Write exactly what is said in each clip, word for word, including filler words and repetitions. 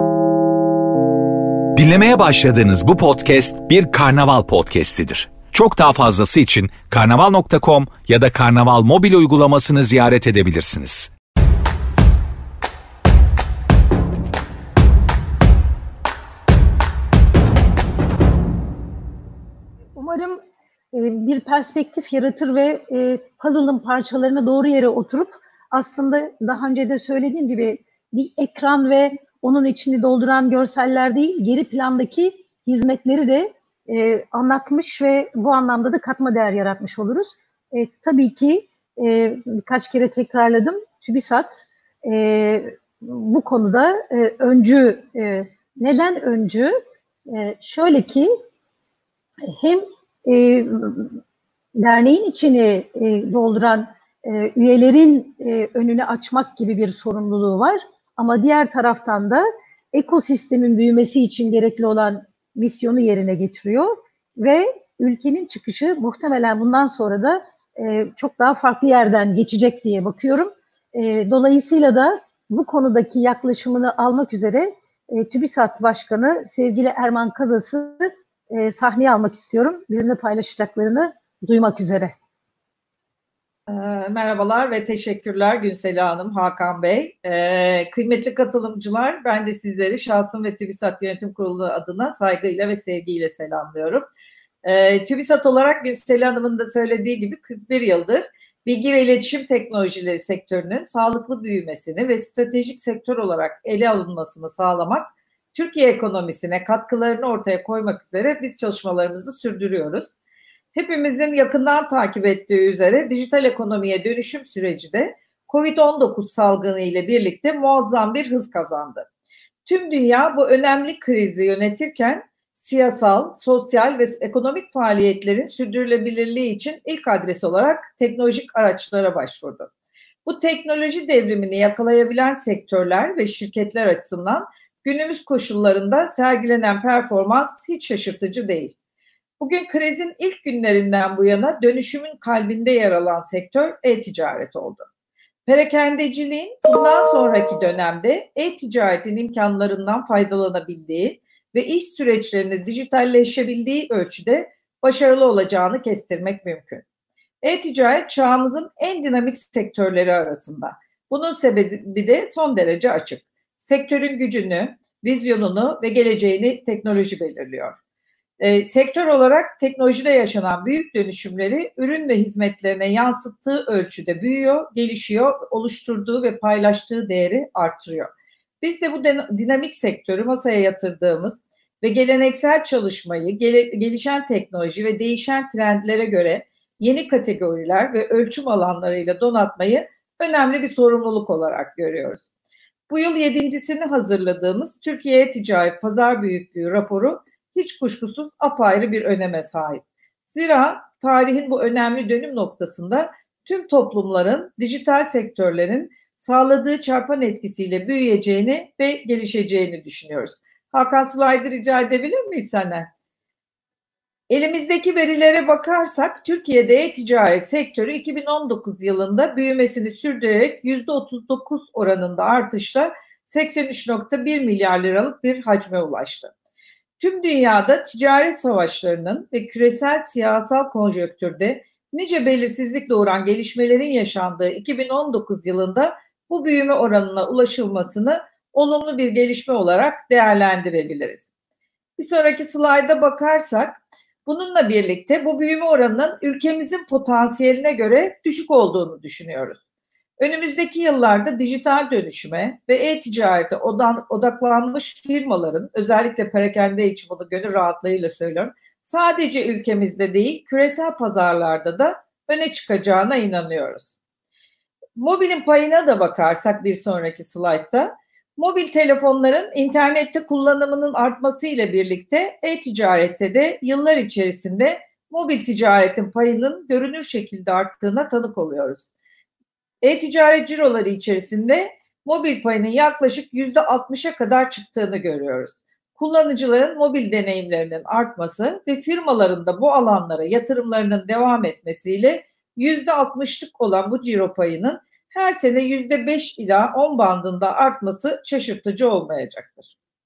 Dinlemeye başladığınız bu podcast bir karnaval podcastidir. Çok daha fazlası için karnaval nokta com ya da Karnaval mobil uygulamasını ziyaret edebilirsiniz. Umarım bir perspektif yaratır ve puzzle'ın parçalarını doğru yere oturup aslında daha önce de söylediğim gibi bir ekran ve onun içini dolduran görseller değil, geri plandaki hizmetleri de e, anlatmış ve bu anlamda da katma değer yaratmış oluruz. E, tabii ki e, birkaç kere tekrarladım. TÜBİSAT e, bu konuda e, öncü. E, neden öncü? E, şöyle ki hem e, derneğin içini e, dolduran e, üyelerin e, önünü açmak gibi bir sorumluluğu var. Ama diğer taraftan da ekosistemin büyümesi için gerekli olan misyonu yerine getiriyor ve ülkenin çıkışı muhtemelen bundan sonra da e, çok daha farklı yerden geçecek diye bakıyorum. E, dolayısıyla da bu konudaki yaklaşımını almak üzere e, TÜBİSAT Başkanı sevgili Erman Kazas'ı e, sahneye almak istiyorum. Bizimle paylaşacaklarını duymak üzere. Merhabalar ve teşekkürler Günsela Hanım, Hakan Bey. Ee, kıymetli katılımcılar, ben de sizleri şahsım ve TÜBİSAT Yönetim Kurulu adına saygıyla ve sevgiyle selamlıyorum. Ee, TÜBİSAT olarak Günsela Hanım'ın da söylediği gibi kırk bir yıldır bilgi ve iletişim teknolojileri sektörünün sağlıklı büyümesini ve stratejik sektör olarak ele alınmasını sağlamak, Türkiye ekonomisine katkılarını ortaya koymak üzere biz çalışmalarımızı sürdürüyoruz. Hepimizin yakından takip ettiği üzere dijital ekonomiye dönüşüm süreci de kovid on dokuz salgını ile birlikte muazzam bir hız kazandı. Tüm dünya bu önemli krizi yönetirken siyasal, sosyal ve ekonomik faaliyetlerin sürdürülebilirliği için ilk adres olarak teknolojik araçlara başvurdu. Bu teknoloji devrimini yakalayabilen sektörler ve şirketler açısından günümüz koşullarında sergilenen performans hiç şaşırtıcı değil. Bugün krizin ilk günlerinden bu yana dönüşümün kalbinde yer alan sektör e-ticaret oldu. Perakendeciliğin bundan sonraki dönemde e-ticaretin imkanlarından faydalanabildiği ve iş süreçlerinin dijitalleşebildiği ölçüde başarılı olacağını kestirmek mümkün. E-ticaret çağımızın en dinamik sektörleri arasında. Bunun sebebi de son derece açık. Sektörün gücünü, vizyonunu ve geleceğini teknoloji belirliyor. E, sektör olarak teknolojide yaşanan büyük dönüşümleri ürün ve hizmetlerine yansıttığı ölçüde büyüyor, gelişiyor, oluşturduğu ve paylaştığı değeri artırıyor. Biz de bu dinamik sektörü masaya yatırdığımız ve geleneksel çalışmayı, gele, gelişen teknoloji ve değişen trendlere göre yeni kategoriler ve ölçüm alanlarıyla donatmayı önemli bir sorumluluk olarak görüyoruz. Bu yıl yedincisini hazırladığımız Türkiye Ticaret Pazar Büyüklüğü raporu hiç kuşkusuz apayrı bir öneme sahip. Zira tarihin bu önemli dönüm noktasında tüm toplumların dijital sektörlerin sağladığı çarpan etkisiyle büyüyeceğini ve gelişeceğini düşünüyoruz. Hakan, slaydı rica edebilir miyiz senden? Elimizdeki verilere bakarsak Türkiye'de e-ticaret sektörü iki bin on dokuz yılında büyümesini sürdürerek yüzde otuz dokuz oranında artışla seksen üç virgül bir milyar liralık bir hacme ulaştı. Tüm dünyada ticaret savaşlarının ve küresel siyasal konjonktürde nice belirsizlik doğuran gelişmelerin yaşandığı iki bin on dokuz yılında bu büyüme oranına ulaşılmasını olumlu bir gelişme olarak değerlendirebiliriz. Bir sonraki slayda bakarsak, bununla birlikte bu büyüme oranının ülkemizin potansiyeline göre düşük olduğunu düşünüyoruz. Önümüzdeki yıllarda dijital dönüşüme ve e-ticarete odaklanmış firmaların, özellikle perakende için bunu gönül rahatlığıyla söylüyorum, sadece ülkemizde değil küresel pazarlarda da öne çıkacağına inanıyoruz. Mobilin payına da bakarsak bir sonraki slaytta, mobil telefonların internette kullanımının artması ile birlikte e-ticarette de yıllar içerisinde mobil ticaretin payının görünür şekilde arttığına tanık oluyoruz. E-ticaret ciroları içerisinde mobil payının yaklaşık yüzde altmışa kadar çıktığını görüyoruz. Kullanıcıların mobil deneyimlerinin artması ve firmaların da bu alanlara yatırımlarının devam etmesiyle yüzde altmışlık olan bu ciro payının her sene yüzde beş ila on bandında artması şaşırtıcı olmayacaktır.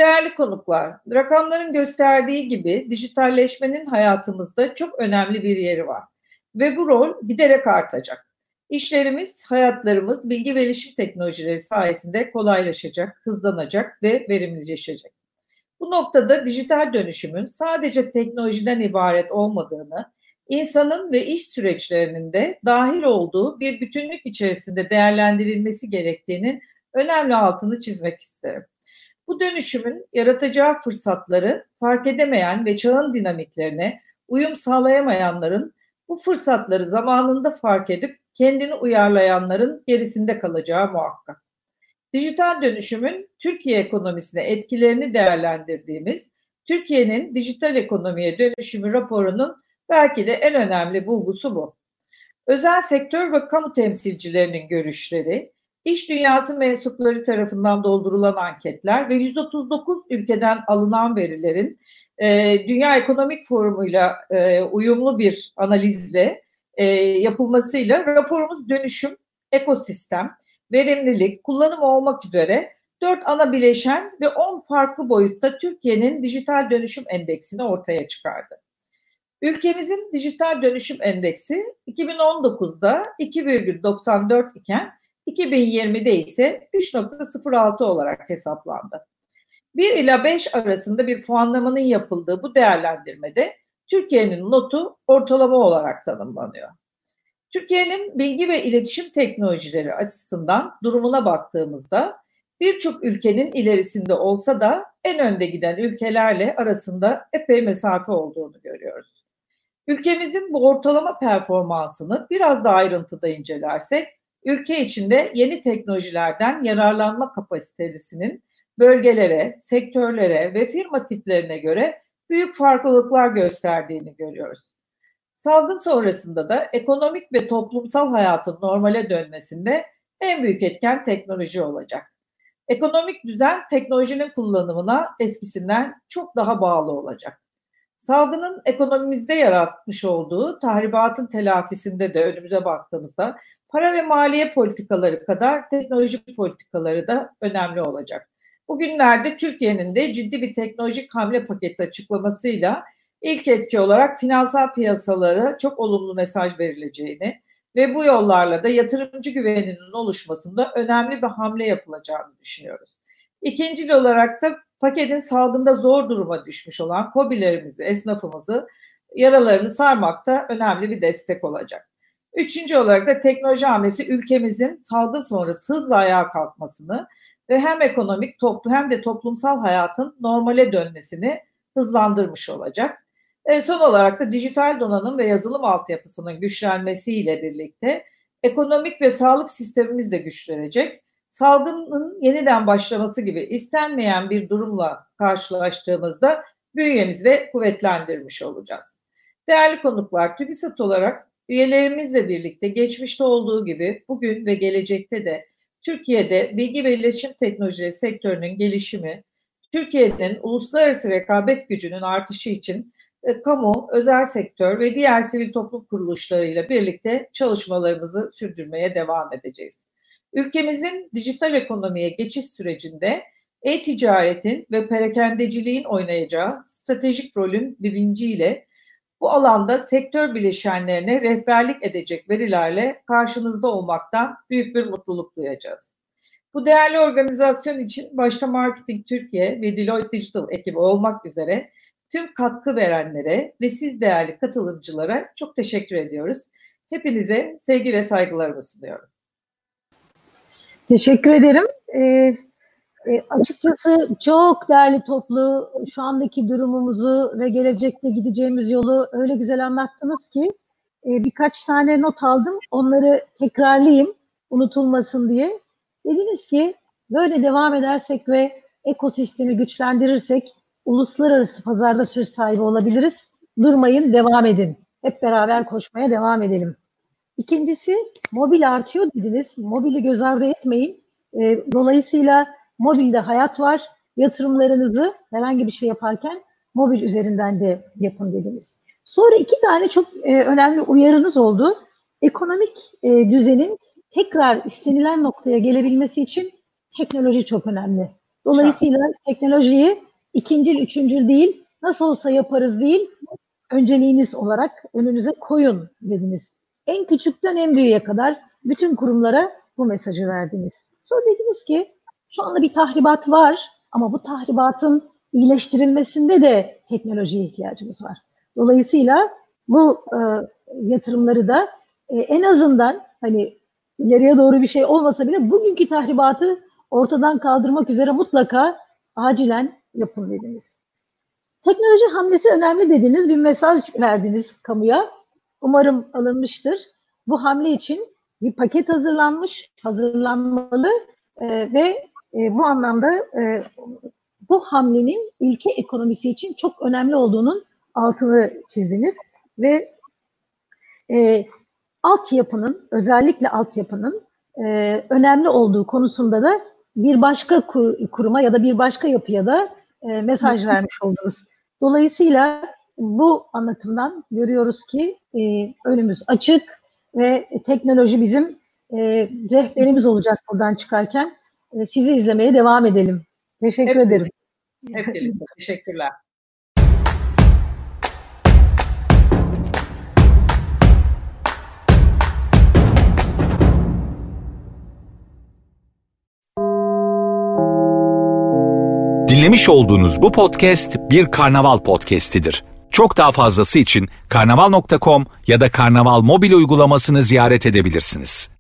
Değerli konuklar, rakamların gösterdiği gibi dijitalleşmenin hayatımızda çok önemli bir yeri var ve bu rol giderek artacak. İşlerimiz, hayatlarımız bilgi ve iletişim teknolojileri sayesinde kolaylaşacak, hızlanacak ve verimlileşecek. Bu noktada dijital dönüşümün sadece teknolojiden ibaret olmadığını, insanın ve iş süreçlerinin de dahil olduğu bir bütünlük içerisinde değerlendirilmesi gerektiğinin önemli altını çizmek isterim. Bu dönüşümün yaratacağı fırsatları fark edemeyen ve çağın dinamiklerine uyum sağlayamayanların bu fırsatları zamanında fark edip kendini uyarlayanların gerisinde kalacağı muhakkak. Dijital dönüşümün Türkiye ekonomisine etkilerini değerlendirdiğimiz Türkiye'nin dijital ekonomiye dönüşümü raporunun belki de en önemli bulgusu bu. Özel sektör ve kamu temsilcilerinin görüşleri, İş dünyası mensupları tarafından doldurulan anketler ve yüz otuz dokuz ülkeden alınan verilerin e, Dünya Ekonomik Forumu'yla e, uyumlu bir analizle e, yapılmasıyla raporumuz dönüşüm, ekosistem, verimlilik, kullanım olmak üzere dört ana bileşen ve on farklı boyutta Türkiye'nin dijital dönüşüm endeksini ortaya çıkardı. Ülkemizin dijital dönüşüm endeksi iki bin on dokuzda iki virgül doksan dört iken iki bin yirmide ise üç virgül sıfır altı olarak hesaplandı. bir ila beş arasında bir puanlamanın yapıldığı bu değerlendirmede Türkiye'nin notu ortalama olarak tanımlanıyor. Türkiye'nin bilgi ve iletişim teknolojileri açısından durumuna baktığımızda birçok ülkenin ilerisinde olsa da en önde giden ülkelerle arasında epey mesafe olduğunu görüyoruz. Ülkemizin bu ortalama performansını biraz daha ayrıntıda incelersek, ülke içinde yeni teknolojilerden yararlanma kapasitesinin bölgelere, sektörlere ve firma tiplerine göre büyük farklılıklar gösterdiğini görüyoruz. Salgın sonrasında da ekonomik ve toplumsal hayatın normale dönmesinde en büyük etken teknoloji olacak. Ekonomik düzen teknolojinin kullanımına eskisinden çok daha bağlı olacak. Salgının ekonomimizde yaratmış olduğu tahribatın telafisinde de önümüze baktığımızda para ve maliye politikaları kadar teknoloji politikaları da önemli olacak. Bugünlerde Türkiye'nin de ciddi bir teknolojik hamle paketi açıklamasıyla ilk etki olarak finansal piyasalara çok olumlu mesaj verileceğini ve bu yollarla da yatırımcı güveninin oluşmasında önemli bir hamle yapılacağını düşünüyoruz. İkincil olarak da paketin salgında zor duruma düşmüş olan KOBİ'lerimizi, esnafımızı yaralarını sarmakta önemli bir destek olacak. Üçüncü olarak da teknoloji hamlesi ülkemizin salgın sonrası hızla ayağa kalkmasını ve hem ekonomik toplu hem de toplumsal hayatın normale dönmesini hızlandırmış olacak. E, son olarak da dijital donanım ve yazılım altyapısının güçlenmesiyle birlikte ekonomik ve sağlık sistemimiz de güçlenecek. Salgının yeniden başlaması gibi istenmeyen bir durumla karşılaştığımızda bünyemizi de kuvvetlendirmiş olacağız. Değerli konuklar, TÜBİSAT olarak üyelerimizle birlikte geçmişte olduğu gibi bugün ve gelecekte de Türkiye'de bilgi ve iletişim teknolojileri sektörünün gelişimi, Türkiye'nin uluslararası rekabet gücünün artışı için e, kamu, özel sektör ve diğer sivil toplum kuruluşlarıyla birlikte çalışmalarımızı sürdürmeye devam edeceğiz. Ülkemizin dijital ekonomiye geçiş sürecinde e-ticaretin ve perakendeciliğin oynayacağı stratejik rolün bilinciyle bu alanda sektör bileşenlerine rehberlik edecek verilerle karşınızda olmaktan büyük bir mutluluk duyacağız. Bu değerli organizasyon için başta Marketing Türkiye ve Deloitte Digital ekibi olmak üzere tüm katkı verenlere ve siz değerli katılımcılara çok teşekkür ediyoruz. Hepinize sevgi ve saygılarımı sunuyorum. Teşekkür ederim. Ee, e, açıkçası çok değerli toplu, şu andaki durumumuzu ve gelecekte gideceğimiz yolu öyle güzel anlattınız ki e, birkaç tane not aldım. Onları tekrarlayayım unutulmasın diye. Dediniz ki böyle devam edersek ve ekosistemi güçlendirirsek uluslararası pazarda söz sahibi olabiliriz. Durmayın, devam edin. Hep beraber koşmaya devam edelim. İkincisi, mobil artıyor dediniz. Mobili göz ardı etmeyin. E, dolayısıyla mobilde hayat var. Yatırımlarınızı herhangi bir şey yaparken mobil üzerinden de yapın dediniz. Sonra iki tane çok e, önemli uyarınız oldu. Ekonomik e, düzenin tekrar istenilen noktaya gelebilmesi için teknoloji çok önemli. Dolayısıyla teknolojiyi ikincil, üçüncül değil, nasıl olsa yaparız değil, önceliğiniz olarak önünüze koyun dediniz. En küçükten en büyüğe kadar bütün kurumlara bu mesajı verdiniz. Sonra dediniz ki şu anda bir tahribat var ama bu tahribatın iyileştirilmesinde de teknolojiye ihtiyacımız var. Dolayısıyla bu e, yatırımları da e, en azından hani ileriye doğru bir şey olmasa bile bugünkü tahribatı ortadan kaldırmak üzere mutlaka acilen yapın dediniz. Teknoloji hamlesi önemli dediniz, bir mesaj verdiniz kamuya. Umarım alınmıştır. Bu hamle için bir paket hazırlanmış, hazırlanmalı e, ve e, bu anlamda e, bu hamlenin ülke ekonomisi için çok önemli olduğunun altını çizdiniz ve e, altyapının, özellikle altyapının e, önemli olduğu konusunda da bir başka kur, kuruma ya da bir başka yapıya da e, mesaj vermiş oldunuz. Dolayısıyla bu anlatımdan görüyoruz ki e, önümüz açık ve teknoloji bizim e, rehberimiz olacak buradan çıkarken. E, sizi izlemeye devam edelim. Teşekkür Hep ederim. Hep birlikte. Teşekkürler. Dinlemiş olduğunuz bu podcast bir Karnaval podcastidir. Çok daha fazlası için karnaval nokta com ya da Karnaval mobil uygulamasını ziyaret edebilirsiniz.